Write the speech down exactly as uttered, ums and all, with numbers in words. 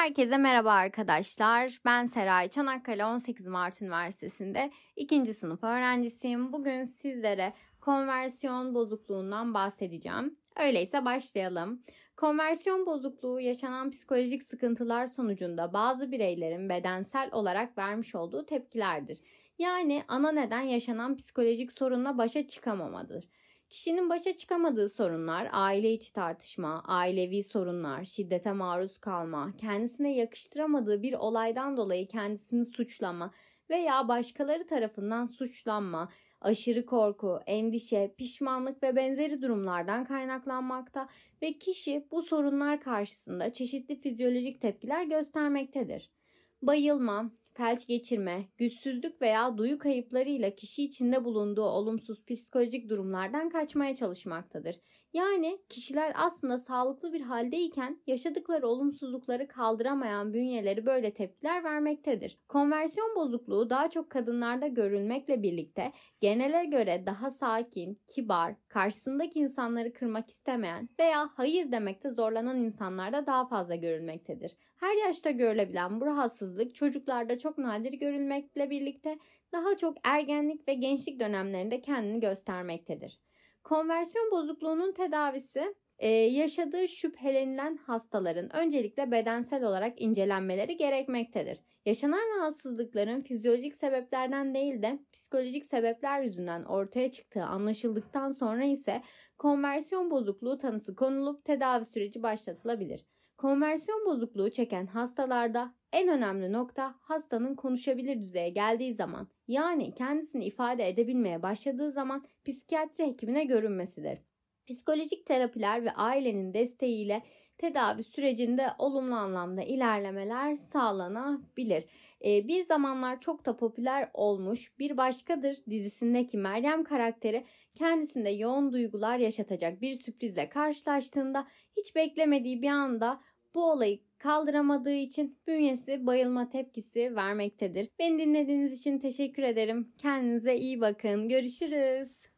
Herkese merhaba arkadaşlar. Ben Seray, Çanakkale on sekiz Mart Üniversitesi'nde ikinci sınıf öğrencisiyim. Bugün sizlere konversiyon bozukluğundan bahsedeceğim. Öyleyse başlayalım. Konversiyon bozukluğu yaşanan psikolojik sıkıntılar sonucunda bazı bireylerin bedensel olarak vermiş olduğu tepkilerdir. Yani ana neden yaşanan psikolojik sorunla başa çıkamamadır. Kişinin başa çıkamadığı sorunlar, aile içi tartışma, ailevi sorunlar, şiddete maruz kalma, kendisine yakıştıramadığı bir olaydan dolayı kendisini suçlama veya başkaları tarafından suçlanma, aşırı korku, endişe, pişmanlık ve benzeri durumlardan kaynaklanmakta ve kişi bu sorunlar karşısında çeşitli fizyolojik tepkiler göstermektedir. Bayılma, felç geçirme, güçsüzlük veya duyu kayıplarıyla kişi içinde bulunduğu olumsuz psikolojik durumlardan kaçmaya çalışmaktadır. Yani kişiler aslında sağlıklı bir haldeyken yaşadıkları olumsuzlukları kaldıramayan bünyeleri böyle tepkiler vermektedir. Konversiyon bozukluğu daha çok kadınlarda görülmekle birlikte genele göre daha sakin, kibar, karşısındaki insanları kırmak istemeyen veya hayır demekte zorlanan insanlarda daha fazla görülmektedir. Her yaşta görülebilen bu rahatsızlık çocuklarda çok nadir görülmekle birlikte daha çok ergenlik ve gençlik dönemlerinde kendini göstermektedir. Konversiyon bozukluğunun tedavisi Ee, yaşadığı şüphelenilen hastaların öncelikle bedensel olarak incelenmeleri gerekmektedir. Yaşanan rahatsızlıkların fizyolojik sebeplerden değil de psikolojik sebepler yüzünden ortaya çıktığı anlaşıldıktan sonra ise konversiyon bozukluğu tanısı konulup tedavi süreci başlatılabilir. Konversiyon bozukluğu çeken hastalarda en önemli nokta hastanın konuşabilir düzeye geldiği zaman, yani kendisini ifade edebilmeye başladığı zaman psikiyatri hekimine görünmesidir. Psikolojik terapiler ve ailenin desteğiyle tedavi sürecinde olumlu anlamda ilerlemeler sağlanabilir. Ee, bir zamanlar çok da popüler olmuş Bir Başkadır dizisindeki Meryem karakteri kendisinde yoğun duygular yaşatacak bir sürprizle karşılaştığında hiç beklemediği bir anda bu olayı kaldıramadığı için bünyesi bayılma tepkisi vermektedir. Beni dinlediğiniz için teşekkür ederim. Kendinize iyi bakın. Görüşürüz.